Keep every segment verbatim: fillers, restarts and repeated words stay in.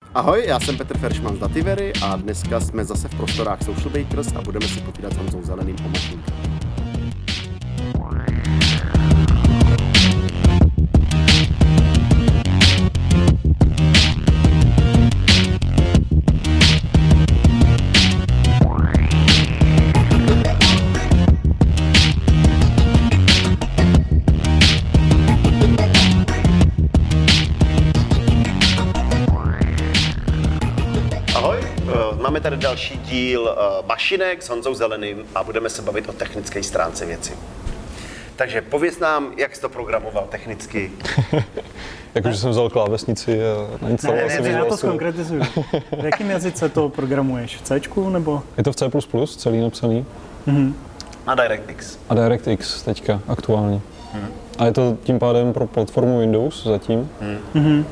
Ahoj, já jsem Petr Feršman z Dativery a dneska jsme zase v prostorách Social Bakers a budeme si povídat s Honzou Zeleným o mašinkách. Máme tady další díl uh, mašinek s Honzou Zeleným a budeme se bavit o technické stránce věci. Takže pověz nám, jak jsi to programoval technicky. Jakože jsem vzal klávesnici a nainstaloval jsem Vizual Studio. Ne, ne, to zkonkretizuju. V jakém jazyce to programuješ? V Cčku nebo? Je to v C plus plus, celý napsaný. Mm-hmm. A DirectX. A DirectX teďka, aktuálně. Mm. A je to tím pádem pro platformu Windows zatím. Mm-hmm.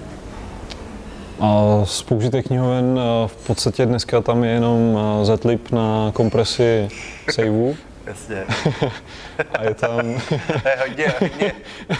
A z použitých knihoven v podstatě dneska tam je jenom zlib na kompresi saveů. Jasně. A je tam... je hodně, hodně.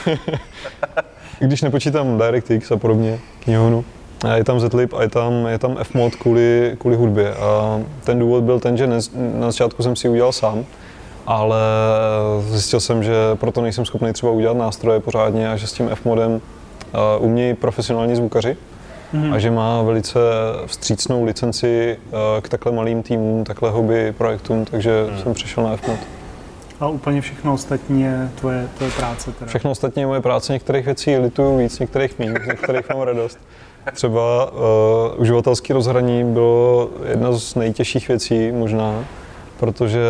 Když nepočítám DirectX a podobně, knihovnu, a je tam zlib a je tam, je tam Fmod kvůli, kvůli hudbě. A ten důvod byl ten, že ne, na začátku jsem si ji udělal sám, ale zjistil jsem, že proto nejsem schopný třeba udělat nástroje pořádně a že s tím Fmodem umějí profesionální zvukaři. Mm-hmm. A že má velice vstřícnou licenci k takhle malým týmům, takhle hobby projektům, takže mm. jsem přešel na Fmod. A úplně všechno ostatní je tvoje, tvoje práce teda? Všechno ostatní je moje práce, některých věcí lituju víc, některých méně, některých mám radost. Třeba uh, uživatelské rozhraní bylo jedna z nejtěžších věcí možná, protože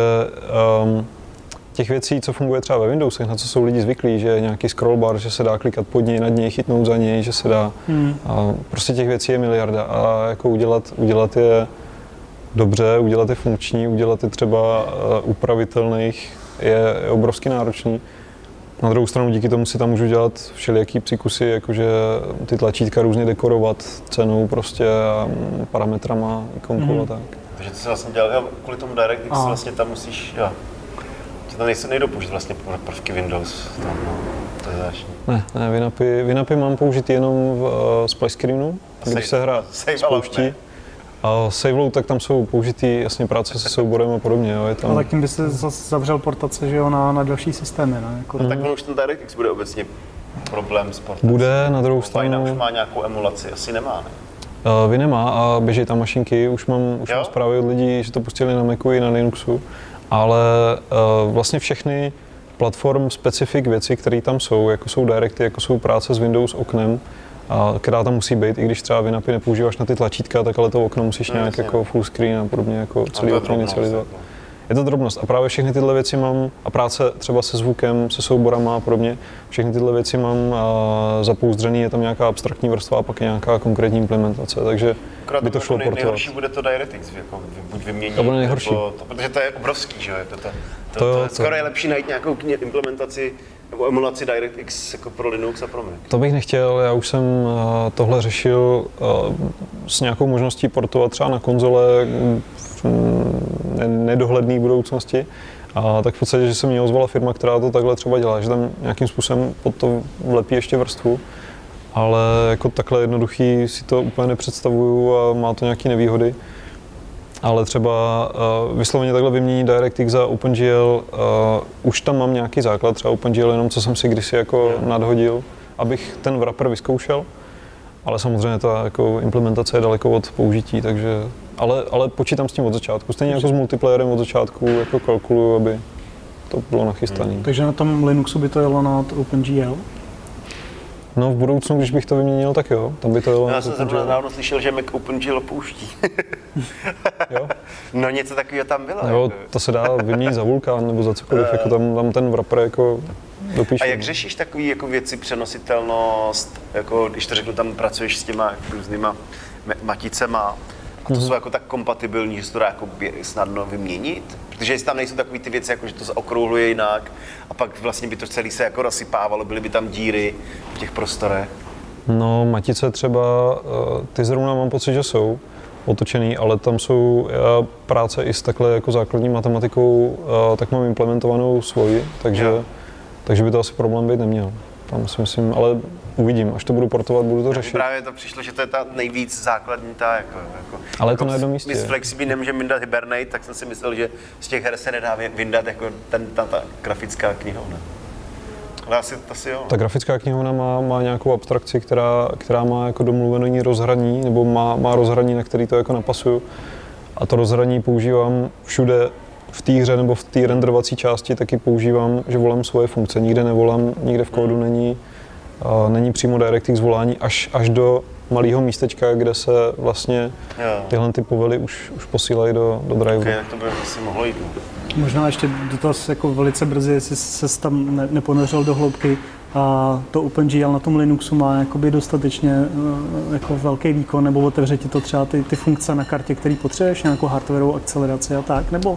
um, těch věcí, co funguje třeba ve Windowsech, na co jsou lidi zvyklí, že je nějaký scrollbar, že se dá klikat pod něj, nad něj, chytnout za něj, že se dá. Hmm. A prostě těch věcí je miliarda a jako udělat, udělat je dobře, udělat je funkční, udělat je třeba uh, upravitelných je, je obrovsky náročný. Na druhou stranu díky tomu si tam můžu dělat všelijaký příkusy, jakože ty tlačítka různě dekorovat cenou prostě a parametrama, ikonkou hmm. a tak. Takže to se vlastně dělal, jo, kvůli tomu DirectX vlastně tam musíš, jo. Tam nejdou použít vlastně prvky Windows, tam, no, to je zvláštní. Ne, ne, Winapy, Winapy mám použít jenom v uh, splice screenu, když save, se hra spouští. A saveload, tak tam jsou použitý jasně práce se souborem a podobně, jo, je tam... Ale tím by se zase zavřel portace, že jo, na, na další systémy, ne? Jako... No, tak už ten DirectX bude obecně problém s portací. Bude, na druhou stranu... Vajna už má nějakou emulaci, asi nemá, ne? Uh, Vy nemá a běží tam mašinky, už mám, už mám zprávy od lidí, že to pustili na Macu i na Linuxu. Ale uh, vlastně všechny platform specific věci, které tam jsou, jako jsou Directy, jako jsou práce s Windows oknem, a která tam musí být, i když třeba Winapy nepoužíváš na ty tlačítka, tak ale to okno musíš no, nějak jasně. jako full screen a podobně jako celý okno inicializovat. Je to drobnost a právě všechny tyhle věci mám a práce třeba se zvukem, se souborama a podobně, všechny tyhle věci mám zapouzdřený, je tam nějaká abstraktní vrstva a pak je nějaká konkrétní implementace, takže akorát by to šlo portovat. Nejhorší bude to DirectX, jako buď vyměnit, to bude nejhorší. To, protože to je obrovský, že jo, to, to, to, to, to, to skoro je lepší najít nějakou implementaci nebo emulaci DirectX jako pro Linux a pro Mac. To bych nechtěl, já už jsem tohle řešil s nějakou možností portovat třeba na konzole v nedohledné budoucnosti. A tak v podstatě, že se mě ozvala firma, která to takhle třeba dělá, že tam nějakým způsobem pod to vlepí ještě vrstvu. Ale jako takhle jednoduchý si to úplně nepředstavuju a má to nějaké nevýhody. Ale třeba uh, vysloveně takhle vyměnit DirectX za OpenGL, uh, už tam mám nějaký základ, třeba OpenGL, jenom co jsem si kdysi jako nadhodil, abych ten wrapper vyzkoušel. Ale samozřejmě ta jako implementace je daleko od použití, takže, ale, ale počítám s tím od začátku. Stejně jako s multiplayerem od začátku jako kalkuluju, aby to bylo nachystané. Hmm. Takže na tom Linuxu by to jelo na OpenGL? No v budoucnu, když bych to vyměnil, tak jo, tam by to jelo. Já jsem zrovna dávno slyšel, že Mac OpenGL pouští. Jo? No něco takového tam bylo. Jo, jako. To se dá vyměnit za Vulkan nebo za cokoliv, uh, jako tam, tam ten wrapper jako dopíšu. A jak řešíš takové jako věci, přenositelnost, jako když to řeknu, tam pracuješ s těma různýma maticema a to mm-hmm. jsou jako tak kompatibilní, že se to dá jako snadno vyměnit? Protože jestli tam nejsou takové ty věci, jako že to zaokrouhluje jinak a pak vlastně by to celé se jako rozsypávalo, byly by tam díry v těch prostorech. No matice třeba, ty zrovna mám pocit, že jsou otočený, ale tam jsou já práce i s takhle jako základní matematikou, tak mám implementovanou svoji, takže, takže by to asi problém být neměl. Tam si myslím, ale uvidím, až to budu portovat, budu to řešit. Právě to přišlo, že to je ta nejvíc základní ta jako, jako ale jako to na jednom místě. My s Flexibí nemůžeme vyndat Hibernate, tak jsem si myslel, že z těch her se nedá vyndat jako ten, ta, ta grafická knihovna. Ale asi, asi jo. Ta grafická knihovna má, má nějakou abstrakci, která, která má jako domluvený rozhraní, nebo má, má rozhraní, na který to jako napasuju. A to rozhraní používám všude v té hře nebo v té renderovací části, taky používám, že volám svoje funkce. Nikde nevolám, nikde v kódu není, a není přímo DirectX volání až, až do malého místečka, kde se vlastně jo. tyhle ty povely už, už posílají do, do driveu. Okay, tak to by asi mohlo jít. Možná ještě dotaz jako velice brzy, jestli se tam ne, neponořil do hloubky. A to OpenGL na tom Linuxu má jakoby dostatečně jako velký výkon, nebo otevře ti to třeba ty, ty funkce na kartě, který potřebuješ, nějakou hardwarovou akceleraci a tak, nebo?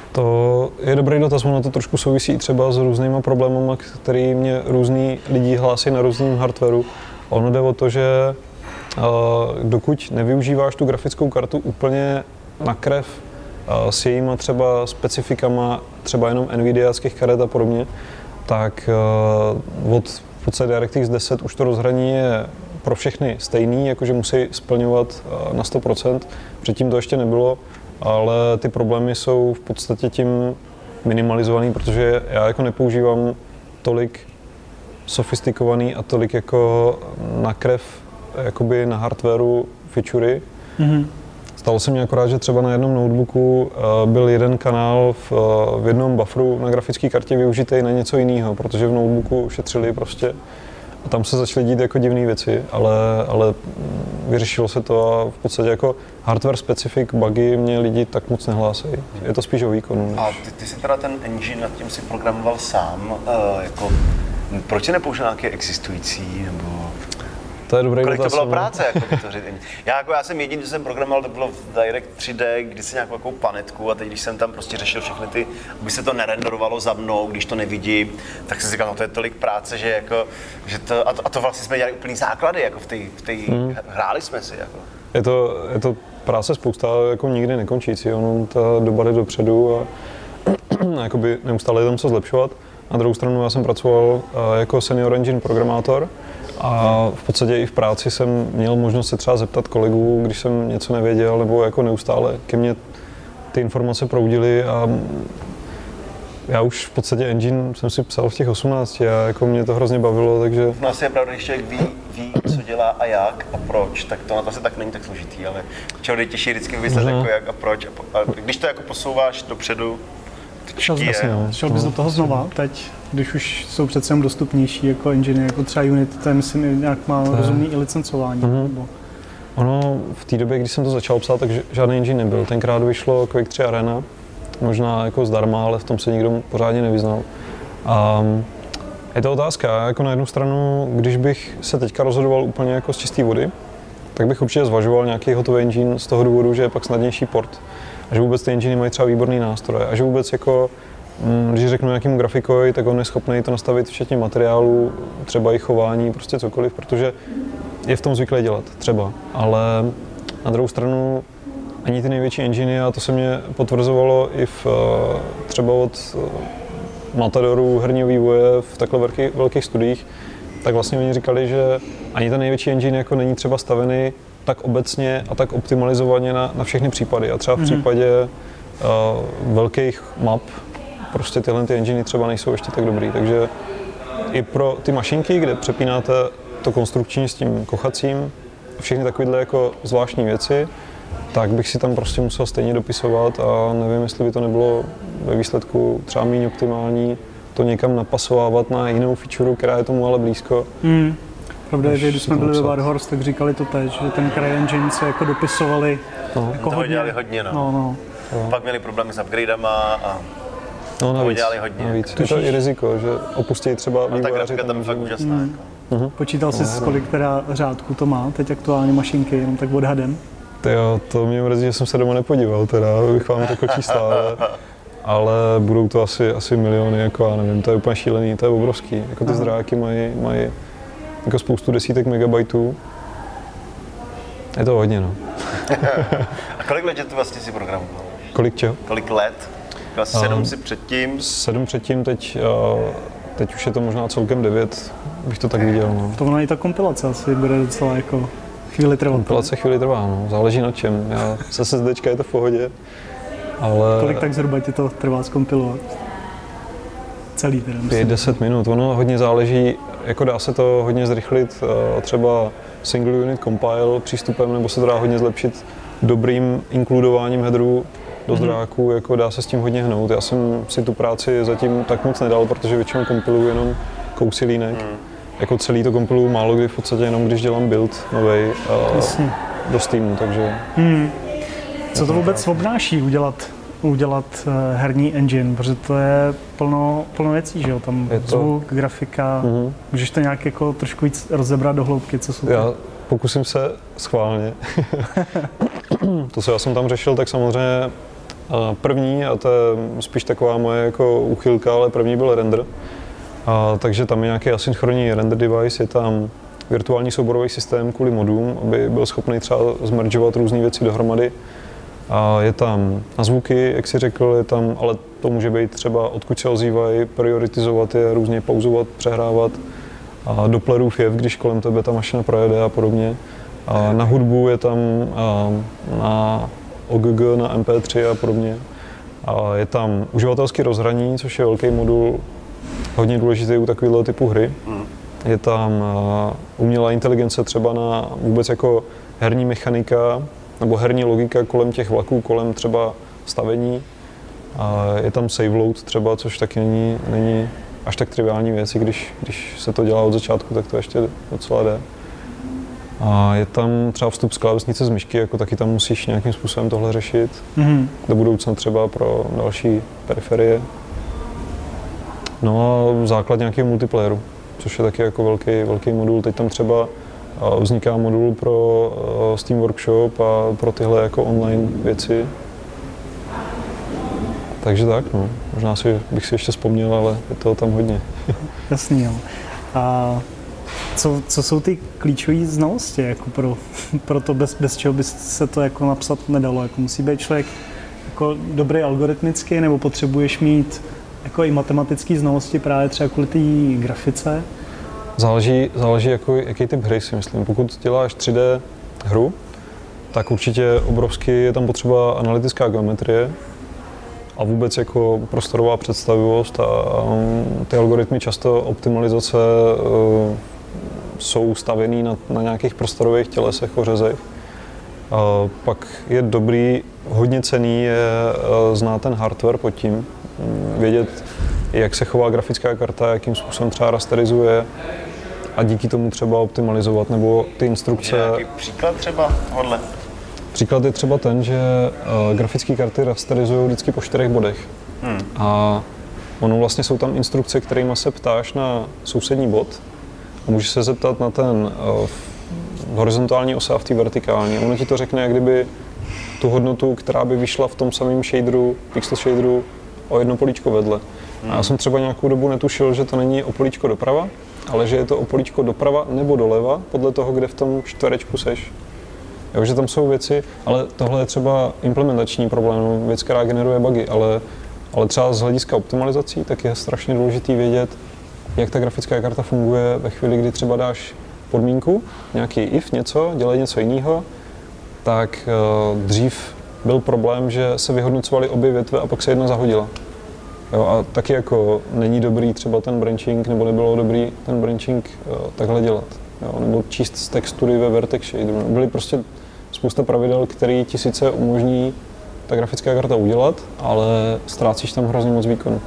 To je dobrý dotaz, ono to trošku souvisí třeba s různýma problémy, které mě různý lidi hlásí na různém hardwareu. Ono jde o to, že uh, dokud nevyužíváš tu grafickou kartu úplně na krev uh, s jejíma třeba specifikama, třeba jenom NVIDIáckých karet a podobně, tak uh, od v podstatě DirectX deset už to rozhraní je pro všechny stejný, jakože musí splňovat uh, na sto procent. Předtím to ještě nebylo, ale ty problémy jsou v podstatě tím minimalizovaný, protože já jako nepoužívám tolik sofistikovaný a tolik jako na krev, jakoby na hardwareu featurey. Mm-hmm. Stalo se mi akorát, že třeba na jednom notebooku uh, byl jeden kanál v, uh, v jednom bufferu na grafické kartě využitý na něco jiného, protože v notebooku šetřili prostě a tam se začaly dít jako divné věci, ale, ale vyřešilo se to a v podstatě jako hardware specific bugy mě lidi tak moc nehlásejí. Je to spíš o výkonu. Než... A ty, ty si teda ten engine nad tím si programoval sám, uh, jako proč nepoužil nějaké existující, nebo... To je dobrý Kolik dotaz, to bylo no. práce jako vytvořit? Já, jako, já jsem jediný, co jsem programoval, to bylo v Direct tři dé, kdy si nějakou takovou planetku a teď, když jsem tam prostě řešil všechny ty, aby se to nerenderovalo za mnou, když to nevidím, tak jsem si říkal, no to je tolik práce, že jako, že to, a to, a to vlastně jsme dělali úplný základy, jako v té, v té, hmm. hráli jsme si, jako. Je to, je to práce spousta, jako nikdy nekončící, ono ta doba jde dopředu a, a jakoby neustále je tam co zlepšovat. Na druhou stranu já jsem pracoval jako senior engine programátor, a v podstatě i v práci jsem měl možnost se třeba zeptat kolegů, když jsem něco nevěděl, nebo jako neustále ke mně ty informace proudily a já už v podstatě engine jsem si psal v těch osmnácti a jako mě to hrozně bavilo, takže... No asi je pravda, když člověk ví, ví, co dělá a jak a proč, tak to na to asi tak není tak složitý, ale člověk je těžší vždycky vymyslet jako jak a proč a, po, a když to jako posouváš dopředu, Šel, je, šel bys do toho znova teď, když už jsou přece jen dostupnější jako engine, jako třeba Unity, ten myslím nějak má rozumný i licencování. Mm-hmm. Nebo... Ono v té době, když jsem to začal psát, tak žádný engine nebyl. Tenkrát vyšlo Quake tři Arena, možná jako zdarma, ale v tom se nikdo pořádně nevyznal. A je to otázka, jako na jednu stranu, když bych se teďka rozhodoval úplně jako z čisté vody, tak bych určitě zvažoval nějaký hotový engine z toho důvodu, že je pak snadnější port. A že vůbec ty enginy mají třeba výborný nástroje a že vůbec jako, když řeknu nějakému grafikovi, tak on je schopný to nastavit včetně materiálu, třeba i chování, prostě cokoliv, protože je v tom zvyklý dělat, třeba. Ale na druhou stranu ani ty největší enginy, a to se mě potvrzovalo i v, třeba od Matadorů herního vývoje v takhle velký, velkých studiích, tak vlastně oni říkali, že ani ten největší engine jako není třeba stavený tak obecně a tak optimalizovaně na, na všechny případy. A třeba v mm-hmm. případě uh, velkých map prostě tyhle ty enginy třeba nejsou ještě tak dobrý. Takže i pro ty mašinky, kde přepínáte to konstrukční s tím kochacím, všechny takovéhle jako zvláštní věci, tak bych si tam prostě musel stejně dopisovat a nevím, jestli by to nebylo ve výsledku třeba méně optimální to někam napasovávat na jinou feature, která je tomu ale blízko. Mm. Pravda je, že když jsme byli ve Warhorse, tak říkali to teď, že ten CryEngine se jako dopisovali no. jako toho hodně. dělali hodně, no. no, no. no. Pak měli problémy s upgradama a no, toho dělali hodně. Navíc. Je to i riziko, že opustí třeba no, vývojáři. Ta grafika tam fakt úžasná. Mm. Uh-huh. Počítal jsi, no, kolik teda řádku to má teď aktuálně mašinky, jenom tak odhadem? Jo, to mě mrzí, že jsem se doma nepodíval, teda bych vám jako čísla, ale, ale budou to asi, asi miliony, jako já nevím, to je úplně šílený, to je obrovský. Jako ty Aha. zdráky mají, mají jako spoustu desítek megabajtů. Je to hodně, no. A kolik let tu vlastně si programoval? Kolik čeho? Kolik let? Vlastně sedm um, si předtím? Sedm předtím, teď, uh, teď už je to možná celkem devět, bych to tak viděl. No. To ona i ta kompilace asi bude docela jako chvíli trvat. Kompilace chvíli trvá, no. Záleží na čem. Já, se SSDčka je to v pohodě, ale... Kolik tak zhruba ti to trvá zkompilovat? Celý teda. pět deset minut. Ono hodně záleží, jako dá se to hodně zrychlit třeba single unit compile přístupem, nebo se to dá hodně zlepšit dobrým inkludováním headerů do zdráku, mm-hmm. jako dá se s tím hodně hnout. Já jsem si tu práci zatím tak moc nedal, protože většinou kompiluju jenom kousy línek. Mm. Jako celý to kompiluju málo kdy, v podstatě jenom když dělám build novej uh, do Steamu, takže... Mm. Co to vůbec obnáší udělat, udělat uh, herní engine, protože to je plno, plno věcí, že jo? Tam je to... zvuk, grafika, mm-hmm. můžeš to nějak jako trošku víc rozebrat do hloubky, co jsou Já pokusím se schválně. To, co já jsem tam řešil, tak samozřejmě první, a to je spíš taková moje jako úchylka, ale první byl render. A, takže tam je nějaký asynchronní render device, je tam virtuální souborový systém kvůli modům, aby byl schopný třeba zmeržovat různé věci dohromady. A je tam na zvuky, jak si řekl, je tam, ale to může být třeba odkud se ozývají, prioritizovat je, různě pauzovat, přehrávat. A Dopplerův jev, když kolem tebe ta mašina projede a podobně. A na hudbu je tam a, na O G G, na M P tři a podobně. A je tam uživatelský rozhraní, což je velký modul, hodně důležitý u takového typu hry. Je tam a, umělá inteligence třeba na vůbec jako herní mechanika nebo herní logika kolem těch vlaků, kolem třeba stavení. A je tam save load třeba, což taky není, není až tak triviální věc, když, když se to dělá od začátku, tak to ještě docela jde. A je tam třeba vstup z klávesnice z myšky, jako taky tam musíš nějakým způsobem tohle řešit. Mm-hmm. Do budoucna třeba pro další periferie. No a základ nějakého multiplayeru, což je taky jako velký, velký modul. Teď tam třeba vzniká modul pro Steam Workshop a pro tyhle jako online věci. Takže tak, no. Možná si, bych si ještě vzpomněl, ale je toho tam hodně. Jasný, jo. A co, co jsou ty klíčové znalosti jako pro, pro to, bez, bez čeho by se to jako napsat nedalo? Jako musí být člověk jako dobrý algoritmicky, nebo potřebuješ mít jako i matematické znalosti právě třeba kvůli té grafice? Záleží, záleží jako, jaký typ hry si myslím. Pokud děláš tři dé hru, tak určitě obrovsky je tam potřeba analytická geometrie a vůbec jako prostorová představivost a ty algoritmy často optimalizace uh, jsou stavěný na, na nějakých prostorových tělesech, ořezech. Uh, pak je dobrý, hodně cenný je uh, znát ten hardware pod tím, um, vědět, jak se chová grafická karta, jakým způsobem třeba rasterizuje a díky tomu třeba optimalizovat, nebo ty instrukce. Je nějaký příklad třeba tohle? Příklad je třeba ten, že uh, grafické karty rasterizují vždycky po čtyřech bodech. Hmm. A ono vlastně jsou tam instrukce, kterými se ptáš na sousední bod a můžeš se zeptat na ten uh, horizontální ose a v té vertikální. Ono ti to řekne, jak kdyby tu hodnotu, která by vyšla v tom samém shaderu, pixel shaderu, o jedno políčko vedle. Hmm. A já jsem třeba nějakou dobu netušil, že to není o políčko doprava, ale že je to o políčko doprava nebo doleva, podle toho, kde v tom čtverečku seš. Jo, že tam jsou věci, ale tohle je třeba implementační problém, věc, která generuje bugy, ale, ale třeba z hlediska optimalizací, tak je strašně důležitý vědět, jak ta grafická karta funguje ve chvíli, kdy třeba dáš podmínku, nějaký if, něco, dělej něco jiného, tak uh, dřív byl problém, že se vyhodnocovaly obě větve a pak se jedna zahodila. Jo, a taky jako není dobrý třeba ten branching, nebo nebylo dobrý ten branching uh, takhle dělat. Jo, nebo číst z textury ve Vertex shaderu. Byly prostě spousta pravidel, které ti sice umožní ta grafická karta udělat, ale ztrácíš tam hrozně moc výkonu.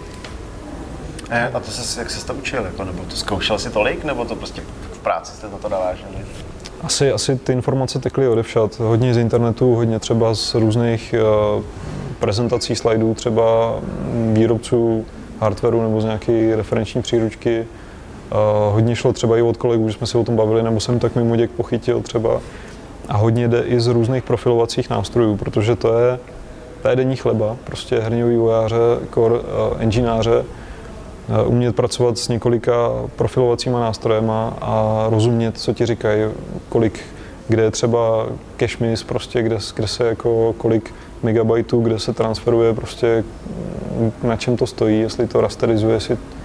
A to se, jak jsi to učil? Jako, nebo to zkoušel jsi tolik, nebo to prostě v práci jste na to naváželi? Asi, asi ty informace tekly odevšad. Hodně z internetu, hodně třeba z různých uh, prezentací slajdů, třeba výrobců hardwareu nebo z nějaké referenční příručky. Uh, hodně šlo třeba i od kolegů, že jsme se o tom bavili, nebo jsem tak mimo děk pochytil třeba. A hodně jde i z různých profilovacích nástrojů, protože to je, to je denní chleba, prostě herního vývojáře, core uh, engineáře, uh, umět pracovat s několika profilovacíma nástrojema a rozumět, co ti říkají, kolik, kde je třeba cache miss, prostě, kde, kde se jako kolik megabajtů, kde se transferuje, prostě na čem to stojí, jestli to rasterizuje, jestli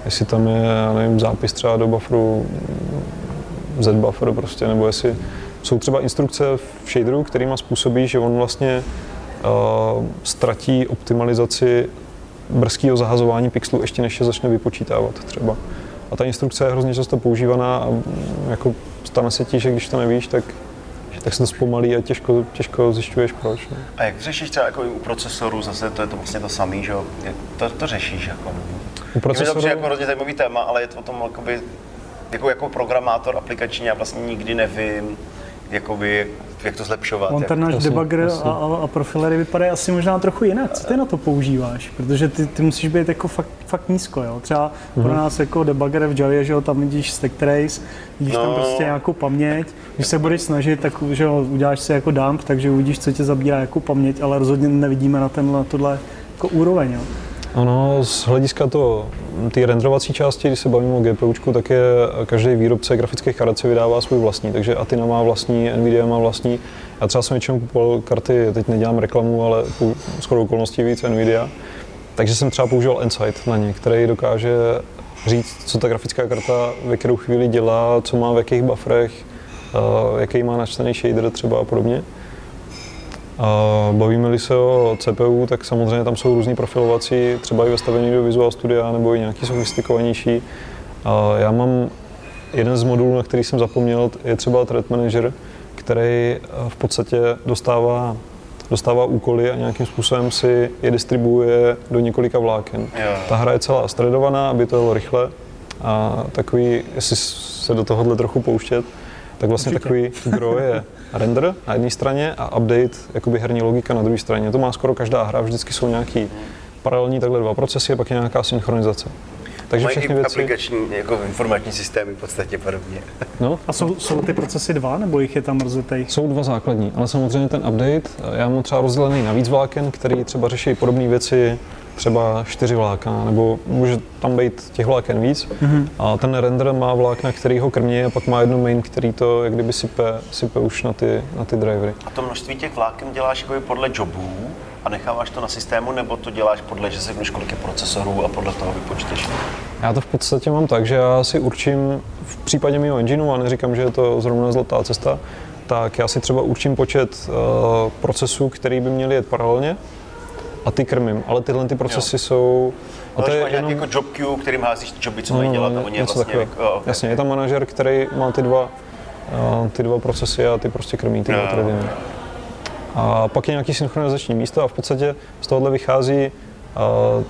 jestli tam je, já nevím, zápis třeba do bufferu, Z-buffer prostě, nebo jestli jsou třeba instrukce v shaderu, kterýma způsobí, že on vlastně uh, ztratí optimalizaci brzkého zahazování pixelů ještě než je začne vypočítávat třeba. A ta instrukce je hrozně často používaná a jako stane se ti, že když to nevíš, tak, tak se to zpomalí a těžko, těžko zjišťuješ proč. Ne? A jak řešíš třeba jako u procesorů, zase to je to vlastně to samý, že jo? Jak to, to řešíš jako? U procesoru... Je to jako hrozně zajímavý téma, ale je to o tom jakoby, jako, jako programátor aplikační, já vlastně nikdy nevím, jakoby, jak to zlepšovat. On ten náš jasně, debugger jasně. a, a, a profilery vypadají asi možná trochu jinak. Co ty na to používáš? Protože ty, ty musíš být jako fakt, fakt nízko, jo? Třeba mm-hmm. pro nás jako debugger v Javě, že jo, tam vidíš stack trace, vidíš no. tam prostě nějakou paměť. Když se budeš snažit, tak že jo, uděláš si jako dump, takže uvidíš, co tě zabírá jako paměť, ale rozhodně nevidíme na tenhle, tohle jako úroveň, jo? Ono z hlediska to, ty renderovací části, když se bavíme o GPUčku, tak je každý výrobce grafických karet si vydává svůj vlastní, takže Atina má vlastní, Nvidia má vlastní. Já třeba jsem většinou kupoval karty, teď nedělám reklamu, ale shodou okolností víc Nvidia. Takže jsem třeba používal Nsight na ně, který dokáže říct, co ta grafická karta ve kterou chvíli dělá, co má v jakých bufferech, jaký má načtený shader třeba a podobně. A bavíme-li se o C P U, tak samozřejmě tam jsou různý profilovací, třeba i vestavený do Visual Studia nebo i nějaký sofistikovanější. A já mám jeden z modulů, na který jsem zapomněl, je třeba Thread Manager, který v podstatě dostává, dostává úkoly a nějakým způsobem si je distribuuje do několika vláken. Jo. Ta hra je celá stredovaná, aby to jelo rychle a takový, jestli se do tohohle trochu pouštět, tak vlastně Určitě. takový gro je render na jedné straně a update, jakoby herní logika na druhé straně. To má skoro každá hra, vždycky jsou nějaký paralelní takhle dva procesy a pak je nějaká synchronizace. Takže mají všechny i věci... aplikační, jako informační systémy v podstatě podobně. No, A jsou, jsou ty procesy dva, nebo jich je tam rozjetej? jsou dva základní, ale samozřejmě ten update, já mám třeba rozdělený na víc vláken, který třeba řeší podobné věci, třeba čtyři vlákna, nebo může tam být těch vláken víc. Mm-hmm. A ten render má vlákna, který ho krmí a pak má jedno main, který to jak kdyby sype, sype už na ty, na ty drivery. A to množství těch vláken děláš jako podle jobů a necháváš to na systému, nebo to děláš podle, že se vníš kolik je procesorů a podle toho vypočteš? Já to v podstatě mám tak, že já si určím v případě mého engineu, a neříkám, že je to zrovna zlatá cesta, tak já si třeba určím počet uh, procesů, který by měly jet paralelně a ty krmím, ale tyhle ty procesy jo. jsou... A to je máš jenom... jako job queue, kterým házíš joby, co mají no, dělat, no, a oni je vlastně... Jako, oh, okay. Jasně, je tam manažer, který má ty dva, uh, ty dva procesy a ty prostě krmí ty dva thready. A pak je nějaký synchronizační místo a v podstatě z tohohle vychází uh,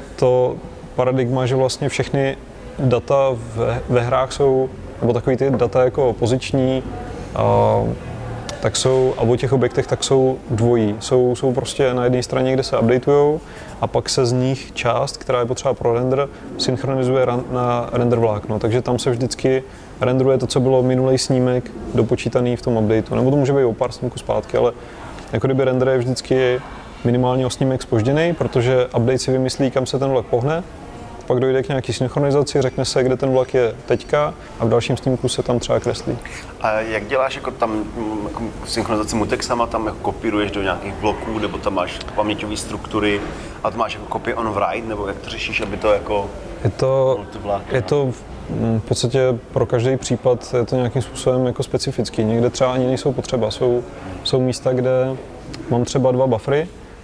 to paradigma, že vlastně všechny data ve, ve hrách jsou, nebo takový ty data jako poziční, uh, tak jsou, a o těch objektech tak jsou dvojí. Jsou, jsou prostě na jedné straně, kde se updateujou a pak se z nich část, která je potřeba pro render, synchronizuje ran, na render vlákno. Takže tam se vždycky renderuje to, co bylo minulý snímek dopočítaný v tom updateu. Nebo to může být o pár snímků zpátky, ale jako kdyby render je vždycky minimálně o snímek zpožděný, protože update si vymyslí, kam se ten vlak pohne, pak dojde k nějaký synchronizaci, řekne se, kde ten vlak je teďka a v dalším snímku se tam třeba kreslí. A jak děláš jako tam jako synchronizaci mutexama, tam jako kopíruješ do nějakých bloků, nebo tam máš paměťové struktury a to máš jako copy on write, nebo jak to řešíš, aby to jako... Je to, je to v podstatě pro každý případ je to nějakým způsobem jako specifický. Někde třeba ani nejsou potřeba. Jsou, jsou místa, kde mám třeba dva buffery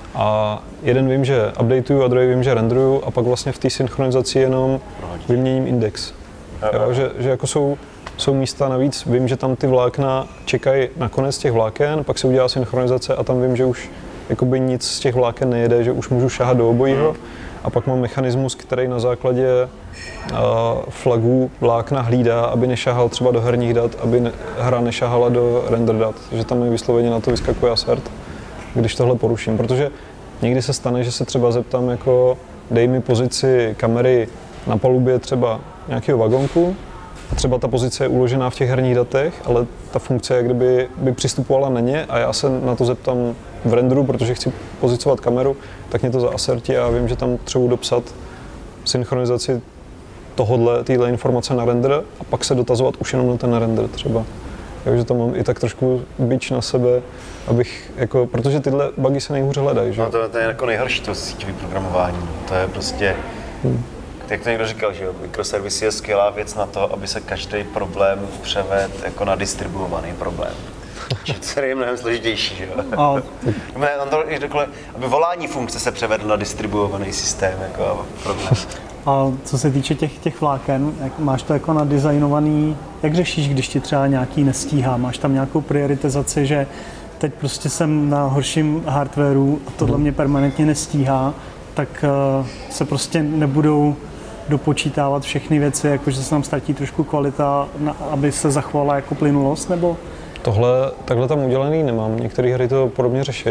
a jeden vím, že updateuju a druhý vím, že renderuju a pak vlastně v té synchronizaci jenom vyměním index. Jo, že, že jako jsou, jsou místa navíc, vím, že tam ty vlákna čekají na konec těch vláken, pak se udělá synchronizace a tam vím, že už jakoby nic z těch vláken nejede, že už můžu šahat do obojího. A pak mám mechanismus, který na základě uh, flagů vlákna hlídá, aby nešahal třeba do herních dat, aby ne, hra nešahala do render dat. Že tam je vysloveně na to vyskakuje assert, když tohle poruším. Protože někdy se stane, že se třeba zeptám, jako dej mi pozici kamery na palubě třeba nějakého vagonku, a třeba ta pozice je uložená v těch herních datech, ale ta funkce, jak kdyby by přistupovala na ně a já se na to zeptám v renderu, protože chci pozicovat kameru, tak mě to zaassertí a já vím, že tam třeba dopsat synchronizaci tohodle, téhle informace na render a pak se dotazovat už jenom na ten render třeba. Takže tam mám i tak trošku bič na sebe, abych jako, protože tyhle bugy se nejhůře hledají, že? No to, to je jako nejhorší to síťové programování, to je prostě... Hmm. Jak to někdo říkal, že jo, mikroservisy je skvělá věc na to, aby se každý problém převedl jako na distribuovaný problém. Který je mnohem složitější, že jo? A... Ne, to, takhle, aby volání funkce se převedl na distribuovaný systém, jako problém. A co se týče těch, těch vláken, jak máš to jako nadizajnovaný, jak řešíš, když ti třeba nějaký nestíhá? Máš tam nějakou prioritizaci, že teď prostě jsem na horším hardwareu a tohle mě permanentně nestíhá, tak uh, se prostě nebudou dopočítávat všechny věci, jakože se tam ztratí trošku kvalita, na, aby se zachovala jako plynulost, nebo? Tohle, takhle tam udělaný nemám, některé hry to podobně řeší.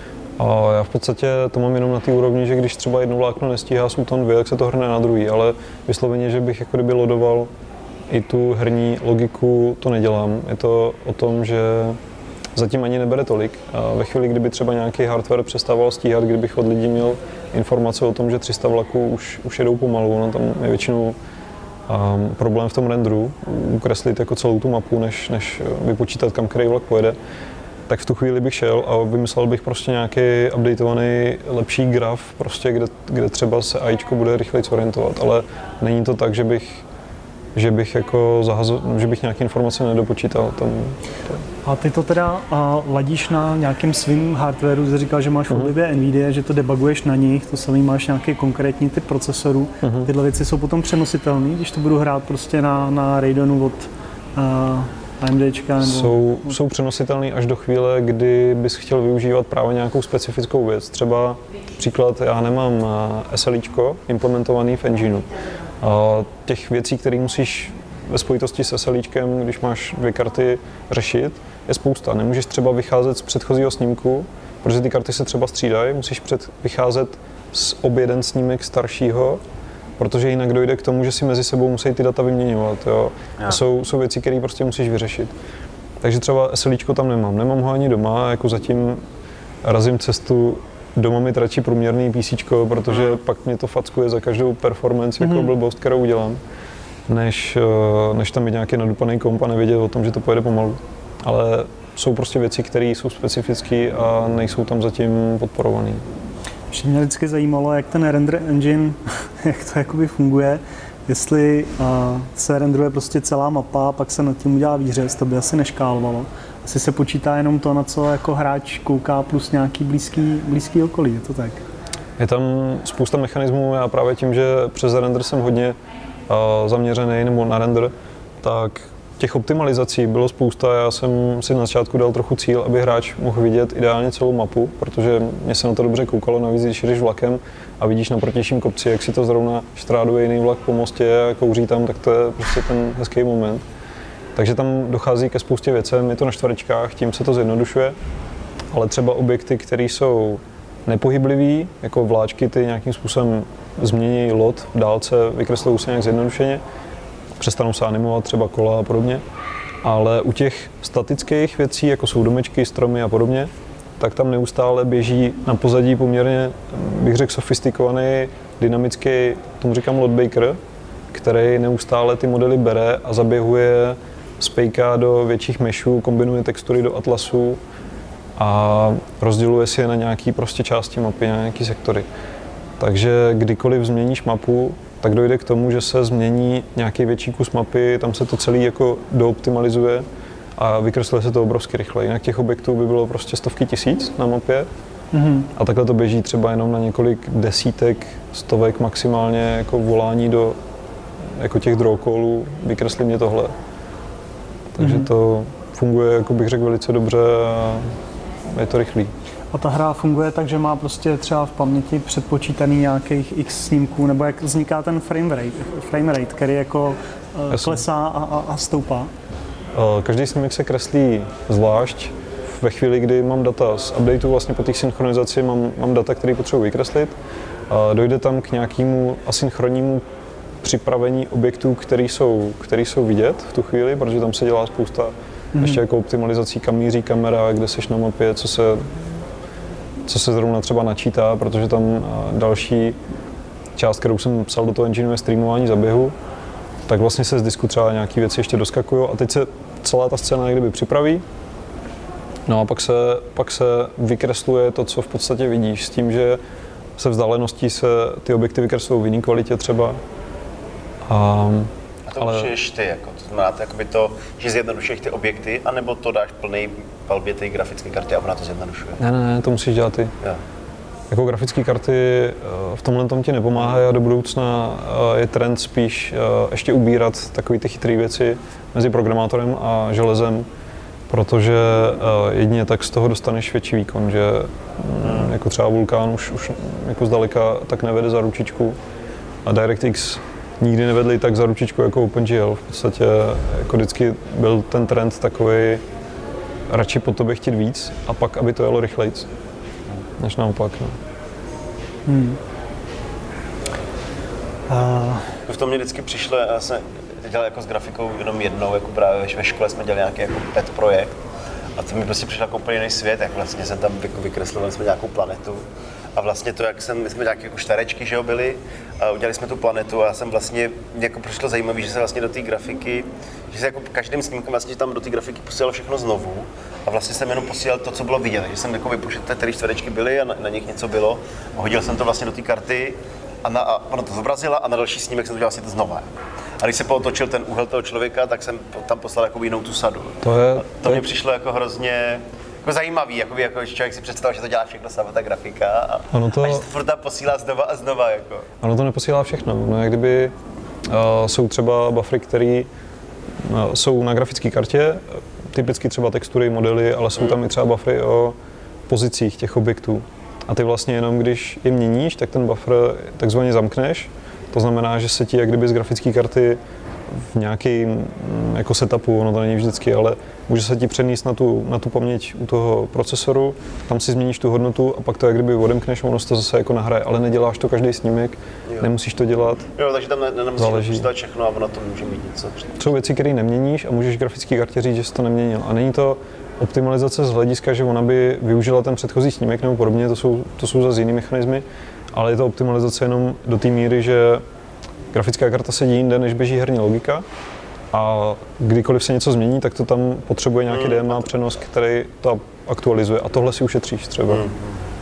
A já v podstatě to mám jenom na té úrovni, že když třeba jedno vlákno nestíhá Sultan dvě, tak se to hrne na druhý, ale vysloveně, že bych jako kdyby lodoval i tu herní logiku, to nedělám. Je to o tom, že zatím ani nebere tolik. A ve chvíli, kdyby třeba nějaký hardware přestával stíhat, kdybych od lidí měl informace o tom, že tři sta vlaků už, už jedou pomalu, no tam je většinou um, problém v tom renderu, ukreslit jako celou tu mapu, než, než vypočítat, kam který vlak pojede, tak v tu chvíli bych šel a vymyslel bych prostě nějaký updateovaný lepší graf, prostě, kde, kde třeba se AIčko bude rychleji orientovat, ale není to tak, že bych že bych jako zahazo, že bych nějaké informace nedopočítal. Tam, to. A ty to teda a, ladíš na nějakém svým hardwareu, jsi říkal, že máš v oblibě uh-huh. Nvidia, že to debuguješ na nich, to samý máš nějaký konkrétní typ procesorů. Uh-huh. Tyhle věci jsou potom přenositelné, když to budu hrát prostě na, na Raidenu od uh, AMDčka? Nebo... Jsou, jsou přenositelné až do chvíle, kdy bys chtěl využívat právě nějakou specifickou věc. Třeba příklad, já nemám SLIčko implementovaný v engineu. A těch věcí, které musíš ve spojitosti s SLIčkem, když máš dvě karty, řešit, je spousta. Nemůžeš třeba vycházet z předchozího snímku, protože ty karty se třeba střídají, musíš před, vycházet z ob jeden snímek staršího, protože jinak dojde k tomu, že si mezi sebou musí ty data vyměňovat. Jo. A jsou, jsou věci, které prostě musíš vyřešit. Takže třeba SLIčko tam nemám. Nemám ho ani doma, jako zatím razím cestu. Doma mi radši průměrný PCčko, protože pak mě to fackuje za každou performance, jako mm-hmm. blbost, kterou udělám, než, než tam být nějaký nadupaný komp a nevědět o tom, že to pojede pomalu. Ale jsou prostě věci, které jsou specifické a nejsou tam zatím podporované. Ještě mě vždycky zajímalo, jak ten render engine, jak to jakoby funguje, jestli uh, se renderuje prostě celá mapa, pak se nad tím udělá výřez, to by asi neškálovalo. Asi se počítá jenom to, na co jako hráč kouká, plus nějaký blízký, blízký okolí, je to tak? Je tam spousta mechanismů, já právě tím, že přes render jsem hodně uh, zaměřený nebo na render, tak těch optimalizací bylo spousta. Já jsem si na začátku dal trochu cíl, aby hráč mohl vidět ideálně celou mapu, protože mě se na to dobře koukalo, navíc když jdeš vlakem a vidíš na protějším kopci, jak si to zrovna štráduje jiný vlak po mostě a kouří tam, tak to je prostě ten hezký moment. Takže tam dochází ke spoustě věcem, je to na čtverečkách, tím se to zjednodušuje, ale třeba objekty, které jsou nepohyblivý, jako vláčky, ty nějakým způsobem změní lot v dálce, vykreslují se nějak zjednodušeně, přestanou se animovat, třeba kola a podobně, ale u těch statických věcí, jako jsou domečky, stromy a podobně, tak tam neustále běží na pozadí poměrně, bych řekl, sofistikovaný, dynamický, tomu říkám load baker, který neustále ty modely bere a zaběhuje, spejká do větších meshů, kombinuje textury do atlasů a rozděluje si je na nějaké prostě části mapy, na nějaké sektory. Takže kdykoliv změníš mapu, tak dojde k tomu, že se změní nějaký větší kus mapy, tam se to celé jako dooptimalizuje a vykresluje se to obrovsky rychle. Jinak těch objektů by bylo prostě stovky tisíc na mapě mm-hmm. a takhle to běží třeba jenom na několik desítek, stovek maximálně jako volání do jako těch draw callů, vykreslí mě tohle. Takže mm-hmm. to funguje, jako bych řekl, velice dobře a je to rychlý. A ta hra funguje tak, že má prostě třeba v paměti předpočítaný nějakých x snímků, nebo jak vzniká ten frame rate, frame rate který jako uh, klesá a, a, a stoupá? Každý snímek se kreslí zvlášť. Ve chvíli, kdy mám data z updateu, vlastně po té synchronizaci mám, mám data, které potřebuji vykreslit. A dojde tam k nějakému asynchronnímu připravení objektů, které jsou, které jsou vidět v tu chvíli, protože tam se dělá spousta mm. ještě jako optimalizací, kam míří kamera, kde seš na mapě, co se, co se zrovna třeba načítá, protože tam další část, kterou jsem psal do toho engineu, je streamování zaběhu, tak vlastně se z disku třeba nějaké věci ještě doskakují a teď se celá ta scéna někdy připraví. No a pak se, pak se vykresluje to, co v podstatě vidíš, s tím, že se vzdáleností se ty objekty vykreslují v jiné kvalitě třeba Um, A to ale... určuješ ty, jako, to znamená to, jakoby to, že zjednodušuješ ty objekty, anebo to dáš plný palbě té grafické karty a ona to zjednodušuje? Ne, ne, ne, to musíš dělat ty. Jo. Jako grafické karty v tomhle tom ti nepomáhají a do budoucna je trend spíš ještě ubírat takové ty chytré věci mezi programátorem a železem, protože jedině tak z toho dostaneš větší výkon, že hmm. jako třeba Vulkan už, už jako zdaleka tak nevede za ručičku a DirectX nikdy nevedli tak za ručičku jako OpenGL. V podstatě jako vždycky byl ten trend takový radši po tobě chtít víc a pak, aby to jelo rychlejc, než naopak. No. Hmm. Uh. V tom mě vždycky přišlo, já jsem dělal jako s grafikou jenom jednou, jako právě ve škole jsme dělali nějaký jako pet projekt a to mi prostě přišlo jako úplně jiný svět, jak vlastně jsem tam vykreslovali jsme nějakou planetu a vlastně to, jak jsem, my jsme nějaké jako čtverečky, že jo, byli a udělali jsme tu planetu a já jsem vlastně, mě jako přišlo zajímavé, že se vlastně do té grafiky, že se jako každým snímkem vlastně tam do té grafiky posílal všechno znovu a vlastně jsem jenom posílal to, co bylo vidět, že jsem jako vypuštěl, které čtverečky byly a na, na nich něco bylo a hodil jsem to vlastně do té karty a, na, a ona to zobrazila a na další snímek jsem to dělal vlastně to znova. A když se pootočil ten úhel toho člověka, tak jsem tam poslal jako jinou tu sadu. To, je, to, to mě je... přišlo jako hrozně jako zajímavý, jako, jako člověk si představil, že to dělá všechno sama ta grafika a, ano to... a že to furt tam posílá znova a znova. Jako. Ano, to neposílá všechno. No, jak kdyby uh, jsou třeba buffery, které uh, jsou na grafické kartě, typicky třeba textury, modely, ale jsou hmm. tam i třeba buffery o pozicích těch objektů. A ty vlastně jenom když je měníš, tak ten buffer takzvaně zamkneš. To znamená, že se ti jak kdyby z grafické karty v nějakém jako setupu, ono to není vždycky, ale může se ti přenést na tu, na tu paměť u toho procesoru, tam si změníš tu hodnotu a pak to jak kdyby odemkneš, ono se to zase jako nahraje, ale neděláš to každý snímek, jo. Nemusíš to dělat. Jo, takže tam ne, ne, nemusíš dostat všechno a ono to může mít něco. Jsou věci, které neměníš a můžeš grafické kartě říct, že jsi to neměnil. A není to optimalizace z hlediska, že ona by využila ten předchozí snímek nebo podobně, to jsou, to jsou zase jiný mechanismy, ale je to optimalizace jenom do té míry, že grafická karta sedí jinde, než běží herní logika a kdykoliv se něco změní, tak to tam potřebuje nějaký D M A přenos, který to aktualizuje a tohle si ušetříš třeba. Mm.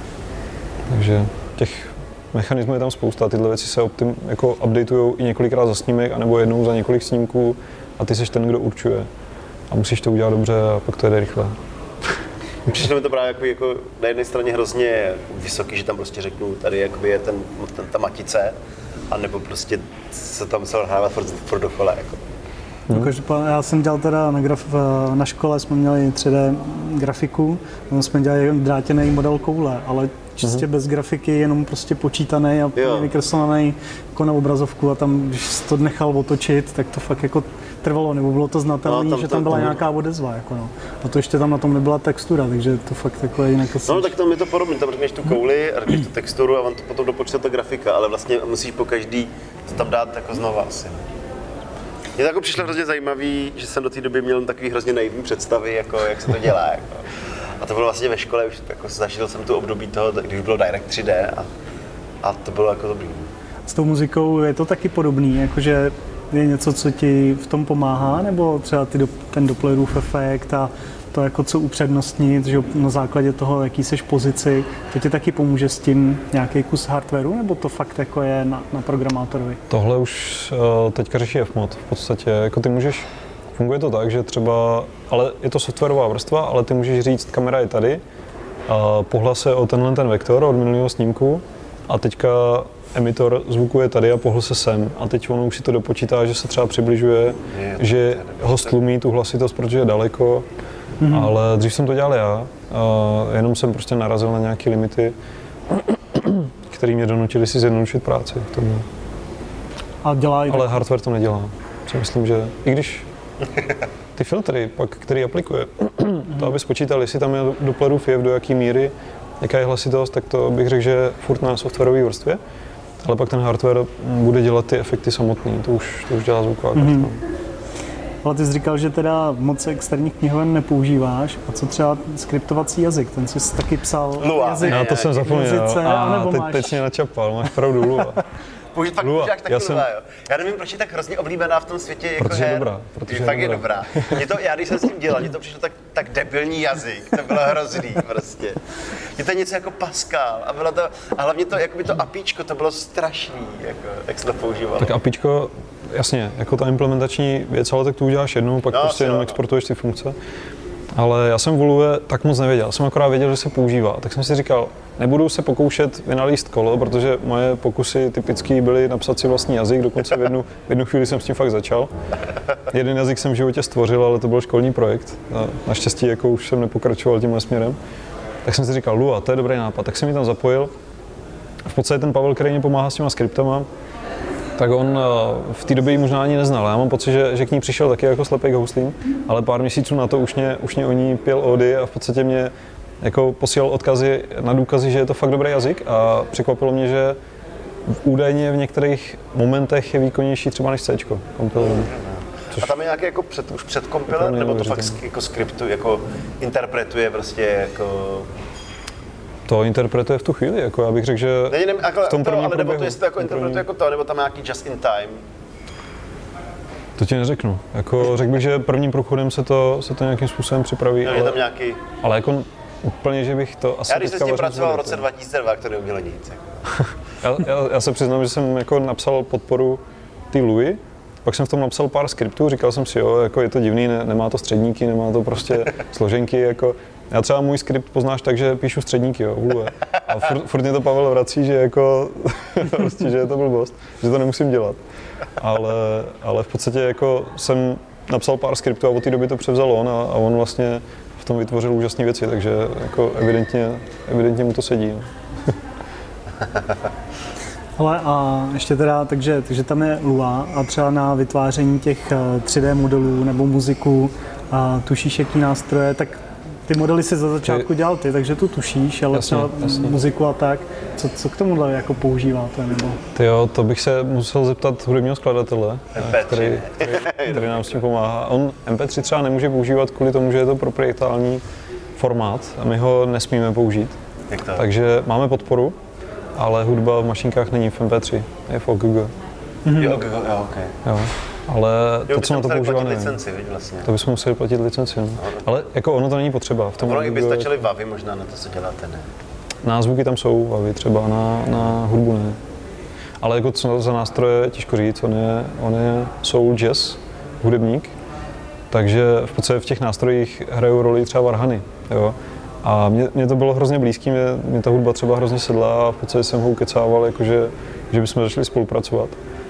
Takže těch mechanismů je tam spousta, tyhle věci se optim, jako updatujou i několikrát za snímek, anebo jednou za několik snímků a ty seš ten, kdo určuje. A musíš to udělat dobře a pak to jde rychle. Přišlo mi to právě jako, jako na jedné straně hrozně vysoký, že tam prostě řeknu, tady je ten, ten, ta matice, a nebo prostě se tam musel nahrávat furt, furt dokola. Jako. Hmm. Já jsem dělal teda na, graf, na škole, jsme měli tři dé grafiku, tam jsme dělali drátěný model koule, ale čistě hmm. bez grafiky, jenom prostě počítaný a vykreslený jako na obrazovku a tam, když jsi to nechal otočit, tak to fakt jako trvalo, nebo bylo to znatelné, no, že tam byla to, nějaká odezva. Jako no. A to ještě tam na tom nebyla textura, takže to fakt jako je jinak. No tak tam je to podobné, tam řekneš tu kouli a řekneš tu texturu a on to potom dopočte ta grafika, ale vlastně musíš po každý to tam dát jako znova asi. Mně to jako přišlo hrozně zajímavý, že jsem do té doby měl takový hrozně naivní představy, jako, jak se to dělá. Jako. A to bylo vlastně ve škole, už jako zažil jsem tu období toho, když bylo Direct tři dé a, a to bylo jako dobrý. S tou muzikou je to taky podobný, jakože je něco, co ti v tom pomáhá, nebo třeba ty do, ten Dopplerův efekt a to, jako co upřednostnit, že na základě toho, jaký seš pozici, to ti taky pomůže s tím nějaký kus hardwareu, nebo to fakt jako je na, na programátorovi? Tohle už uh, teďka řeší F mod v podstatě, jako ty můžeš, funguje to tak, že třeba, ale je to softwarová vrstva, ale ty můžeš říct, kamera je tady, uh, pohla se o tenhle ten vektor od minulého snímku a teďka emitor zvuku je tady a pohl se sem a teď ono už si to dopočítá, že se třeba přibližuje, je, že ho stlumí tu hlasitost, protože je daleko, mm-hmm. ale dřív jsem to dělal já, a jenom jsem prostě narazil na nějaké limity, které mě donutili si zjednodušit práci v tomhle. A dělá ale hardware to nedělá. Si myslím, že i když ty filtry, pak, který aplikuje, to aby spočítali, jestli tam je Dopplerův jev, do jaký míry, jaká je hlasitost, tak to bych řekl, že furt na softwarové vrstvě. Ale pak ten hardware bude dělat ty efekty samotný, to už, to už dělá zvuková karta. Mm-hmm. Ale ty jsi říkal, že teda moc externích knihoven nepoužíváš. A co třeba skriptovací jazyk? Ten jsi taky psal Lua. jazyk. Já to jsem zapomněl. Jazyce, a teď, máš... teď jsi mě načapal, máš pravdu, Lua. Použít fakt Lua. taky Já jsem... Lua, jo. Já nevím, proč je tak hrozně oblíbená v tom světě jako protože her. Je dobrá. Protože je fakt je dobrá. Mě to, já když jsem s tím dělal, mě to přišlo tak, tak debilní jazyk, to bylo hrozný prostě. Je to něco jako Pascal a bylo to, a hlavně to, jakoby to apíčko, to bylo strašný, jako, jak se to používalo. Tak apíčko jasně, jako ta implementační věc, ale tak tu uděláš jednou, pak no, prostě jenom no. exportuješ ty funkce. Ale já jsem v Lua tak moc nevěděl, jsem akorát věděl, že se používá, tak jsem si říkal, nebudu se pokoušet vynalíst kolo, protože moje pokusy typicky byly napsat si vlastní jazyk, dokonce v jednu, v jednu chvíli jsem s tím fakt začal. Jeden jazyk jsem v životě stvořil, ale to byl školní projekt, a naštěstí jako už jsem nepokračoval tímhle směrem. Tak jsem si říkal, Lua, to je dobrý nápad, tak jsem ji tam zapojil. V podstatě ten Pavel, který mě pomáhá s těma skriptama, tak on v té době ji možná ani neznal. Já mám pocit, že, že k ní přišel taky jako slepej k houslím, ale pár měsíců na to už mě, už mě o ní pěl ódy a v podstatě mě jako posílal odkazy na důkazy, že je to fakt dobrý jazyk a překvapilo mě, že údajně v některých momentech je výkonnější třeba než C kompilovaný. A tam je nějaký jako před, už předkompiler, nebo to fakt jako skriptu, jako interpretuje prostě jako... To interpretuje v tu chvíli, jako já bych řekl, že ne, ne, jako, v tom to, prvním ale nebo to průběhu, jestli to jako interpretuje jako to, nebo tam nějaký just in time. To ti neřeknu. Jako řekl bych, že prvním průchodem se to, se to nějakým způsobem připraví, no, ale, je tam nějaký... ale jako úplně, že bych to asi... Já když jsem s tím pracoval v roce dva tisíce dva, to neumělo nic. Jako. já, já, já se přiznám, že jsem jako napsal podporu ty Lui, pak jsem v tom napsal pár skriptů, říkal jsem si, jo, jako je to divný, ne, nemá to středníky, nemá to prostě složenky, jako... Já třeba můj skript poznáš tak, že píšu středníky, jo, v Lua. A furt, furt mě to Pavel vrací, že jako, prostě, že je to blbost, že to nemusím dělat. Ale, ale v podstatě jako jsem napsal pár skriptů a od té doby to převzal on a, a on vlastně v tom vytvořil úžasné věci, takže jako evidentně, evidentně mu to sedí. No. Ale a ještě teda, takže, takže tam je Lua a třeba na vytváření těch tři dé modelů nebo muziku a tušíš, jaký nástroje, tak ty modely si za začátku dělal ty, takže tu tušíš, ale jasně, třeba jasně. muziku a tak, co, co k tomuhle jako používáte? Nebo? Ty jo, to bych se musel zeptat hudebního skladatele, který, který, který nám s tím pomáhá. On em pé tři třeba nemůže používat kvůli tomu, že je to proprietální formát a my ho nesmíme použít. Jak to? Takže máme podporu, ale hudba v mašinkách není v em pé tři, je v O G G. Mm-hmm. Jo, jo, jo, okay. Jo. Ale jo, to, co na to používá, nevím. Licenci, vlastně. To bychom museli platit licenci, no. Ale jako ono to není potřeba. V tom ono i by stačily vavy možná na to, co děláte, ne? Názvuky tam jsou, vavy třeba, na, na hudbu ne. Ale jako co za nástroje, těžko říct, on je, on je soul jazz hudebník, takže v podstatě v těch nástrojích hrajou roli třeba varhany, jo. A mně, mně to bylo hrozně blízký, mě, mě ta hudba třeba hrozně sedla a v podstatě jsem ho ukecával, jakože, že bychom začali spolupracovat.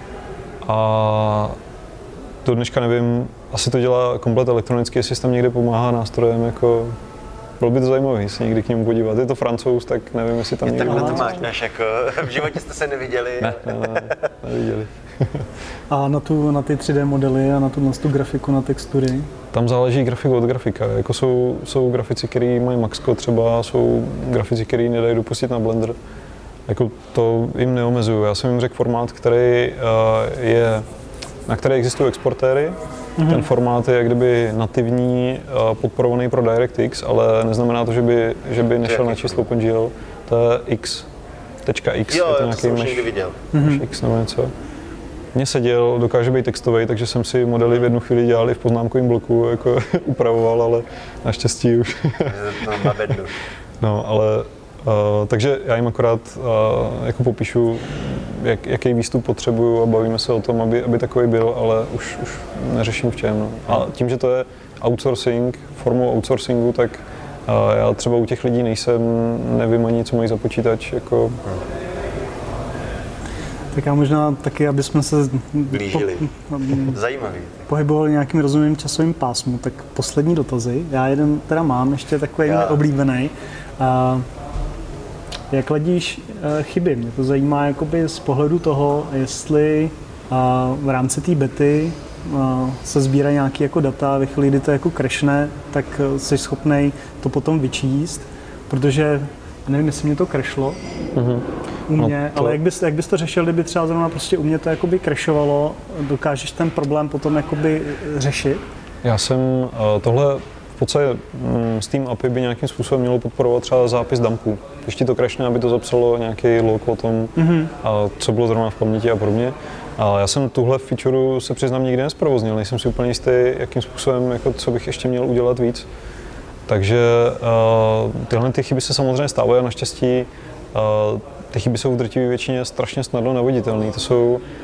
A do dneška nevím, asi to dělá komplet elektronicky, jestli tam někde pomáhá nástrojem, jako bylo by to zajímavé se někdy k němu podívat. Je to Francouz, tak nevím, jestli tam někde... Takhle to máš, než jako v životě jste se neviděli. Ne, ne, ne, neviděli. A na, tu, na ty tři dé modely a na tu, na tu grafiku, na textury? Tam záleží grafika od grafika. Jako jsou, jsou grafici, kteří mají Maxco třeba, jsou grafici, kteří nedají dopustit na Blender. Jako to jim neomezuju. Já jsem jim řekl formát, který uh, je, na který existují exportéry. Mm-hmm. Ten formát je jak kdyby nativní, uh, podporovaný pro DirectX, ale neznamená to, že by, že by nešel na číslo OpenGL. To je X. Tečka X. Jo, je to nějaký to jsem někdy viděl. Mm-hmm. X nebo něco. Mně seděl, dokáže být textový, takže jsem si modely v jednu chvíli dělal i v poznámkovém bloku, jako upravoval, ale naštěstí už. Na bednu. No, ale Uh, takže já jim akorát uh, jako popíšu, jak, jaký výstup potřebuju a bavíme se o tom, aby, aby takový byl, ale už, už neřeším v čem. No. A tím, že to je outsourcing, formou outsourcingu, tak uh, já třeba u těch lidí nejsem, nevím ani, co mají za počítač. Jako. Tak já možná taky, aby jsme se blížili. Po, Zajímavý. pohybovali nějakým rozumným časovým pásmu, tak poslední dotazy. Já jeden teda mám, ještě takový já. oblíbený. Uh, Jak ladíš uh, chyby? Mě to zajímá jakoby z pohledu toho, jestli uh, v rámci té bety uh, se sbírají nějaké jako data, ve chvíli, kdy to jako crashne, tak uh, jsi schopnej to potom vyčíst, protože nevím, jestli mě to crashlo mm-hmm. u mě, no to... ale jak bys, jak bys to řešil, kdyby třeba zrovna prostě u mě to jakoby crashovalo, dokážeš ten problém potom jakoby řešit? Já jsem uh, tohle v podstatě s Steam A P I by nějakým způsobem mělo podporovat třeba zápis dumpů. Když ti to crashne, aby to zapsalo nějaký log o tom, mm-hmm. a co bylo zrovna v paměti a podobně. A já jsem tuhle feature se přiznám nikdy nezprovoznil, nejsem si úplně jistý, jakým způsobem, jako, co bych ještě měl udělat víc. Takže uh, tyhle ty chyby se samozřejmě stávají a naštěstí uh, ty chyby jsou v drtivé většině strašně snadno navoditelné. To jsou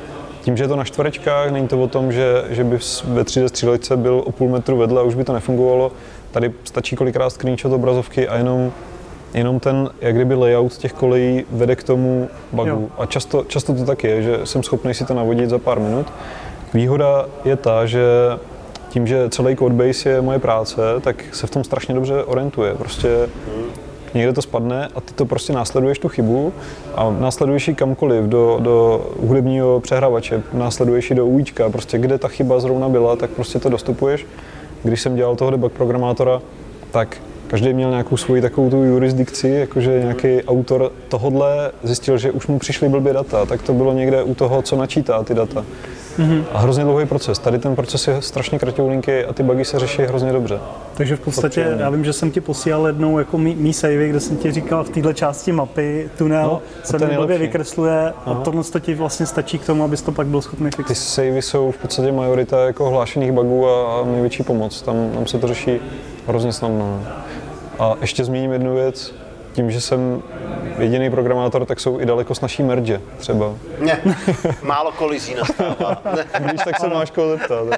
tím, že je to na čtverečkách, není to o tom, že, že by ve tři dé střílečce byl o půl metru vedle a už by to nefungovalo. Tady stačí kolikrát screenshot obrazovky a jenom, jenom ten, jak kdyby layout těch kolejí vede k tomu bugu. Jo. A často, často to tak je, že jsem schopný si to navodit za pár minut. Výhoda je ta, že tím, že celý codebase je moje práce, tak se v tom strašně dobře orientuje. Prostě někde to spadne a ty to prostě následuješ tu chybu a následuješ ji kamkoliv, do, do hudebního přehrávače, následuješ ji do UIčka, prostě kde ta chyba zrovna byla, tak prostě to dostupuješ. Když jsem dělal toho debug programátora, tak každý měl nějakou svoji takovou tu jurisdikci, jakože nějaký autor tohodle zjistil, že už mu přišly blbě data, tak to bylo někde u toho, co načítá ty data. Mm-hmm. A hrozně dlouhý proces. Tady ten proces je strašně kratoulinký a ty bugy se řeší hrozně dobře. Takže v podstatě, já vím, že jsem ti posílal jednou jako mý, mý savey, kde jsem ti říkal v této části mapy, tunel no, se mi blbě vykresluje. Aha. A tohle ti vlastně stačí k tomu, abys to pak byl schopný fixovat. Ty savey jsou v podstatě majorita jako hlášených bugů a největší pomoc. Tam, tam se to řeší hrozně snadno. A ještě zmíním jednu věc. Tím, že jsem jediný programátor, tak jsou i daleko snazší merge třeba. Ne, málo kolizí nastává. Když tak se máš koho zeptat.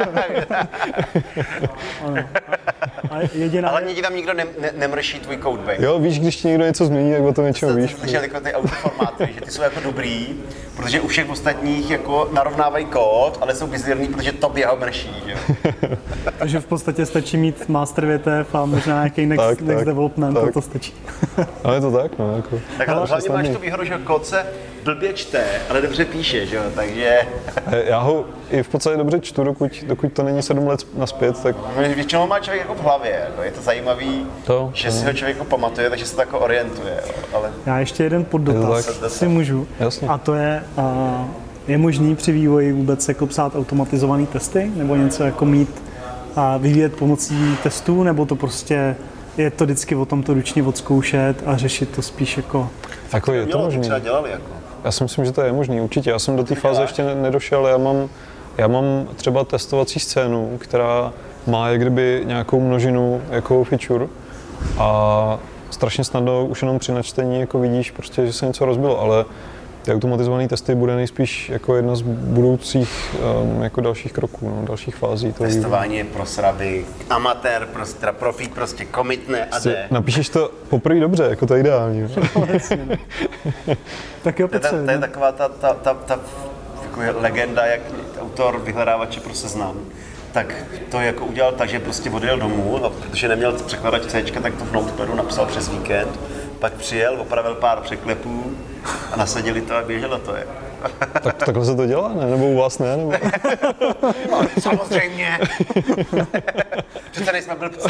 Jediná... Ale ti tam nikdo ne, ne, nemrší tvůj codebase. Jo, víš, když ti někdo něco změní, tak o tom něčeho víš. Slyšel jako ty autoformáty, že ty jsou jako dobrý, protože u všech ostatních jako narovnávají kód, ale jsou bizarní, protože tobě ho mrší, že? Takže v podstatě stačí mít master větev a možná nějaký next, tak, next tak, development, tak. To stačí. Ale je to tak, no. Jako. Tak ale hlavně máš tu výhodu, že kód se blbě čte, ale dobře píše, že jo, takže... Já ho i v podstatě dobře čtu, dokud, dokud to není sedm let naspět, tak... Většinou má člověk jako v hlavě, jako je to zajímavý, to, že to si ho člověk jako pamatuje, takže se to jako orientuje, jo, ale... Já ještě jeden poddotaz, si můžu, Jasně. A to je, a je možný při vývoji vůbec jako psát automatizované testy, nebo něco jako mít a vyvíjet pomocí testů, nebo to prostě je to vždycky o tom to ručně odzkoušet a řešit to spíš jako... Jako je to možný. třeba dělali jako. Já si myslím, že to je možný, určitě. Já jsem do té fáze ještě nedošel, já mám, já mám třeba testovací scénu, která má jak kdyby nějakou množinu jako feature a strašně snadno už jenom při načtení jako vidíš prostě, že se něco rozbilo, ale ty automatizované testy bude nejspíš jako jedna z budoucích um, jako dalších kroků, no, dalších fází. Testování je pro sraby, amatér, prostě, profík prostě komitne a jde. Napíšeš to poprvé dobře, jako to je ideální. No, tak jo, to, to je taková ta, ta, ta, ta jako legenda, jak autor vyhledávače pro Seznam. Tak to jako udělal tak, že prostě odjel domů, a protože neměl překladač C, tak to v Notepadu napsal přes víkend. Pak přijel, opravil pár překlepů a nasadili to a běželo to je. Tak takhle se to dělá, ne? Nebo u vás ne? Nebo... Samozřejmě. Přece nejsme blbci.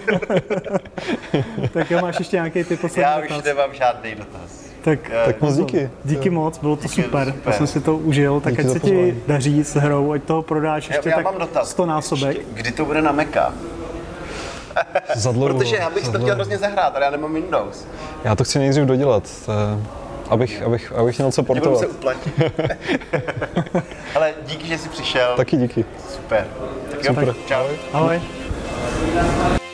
Tak jo, máš ještě nějaký typ poslední Já dotaz? už nemám žádný dotaz. Tak, tak moc díky. Díky moc, bylo to díky, super. super. Já jsem si to užil, tak díky ať se ti daří s hrou, ať toho prodáš ještě já, já tak sto násobek. Ještě, kdy to bude na Maca? Za dlouho. Protože já bych to chtěl hrozně zahrát, ale já nemám Windows. Já to chci nejdřív dodělat, to, abych, abych, abych měl co portovat. Nebudu se uplatit. Ale díky, že jsi přišel. Taky díky. Super. Tak jo, super. Čau. Ahoj.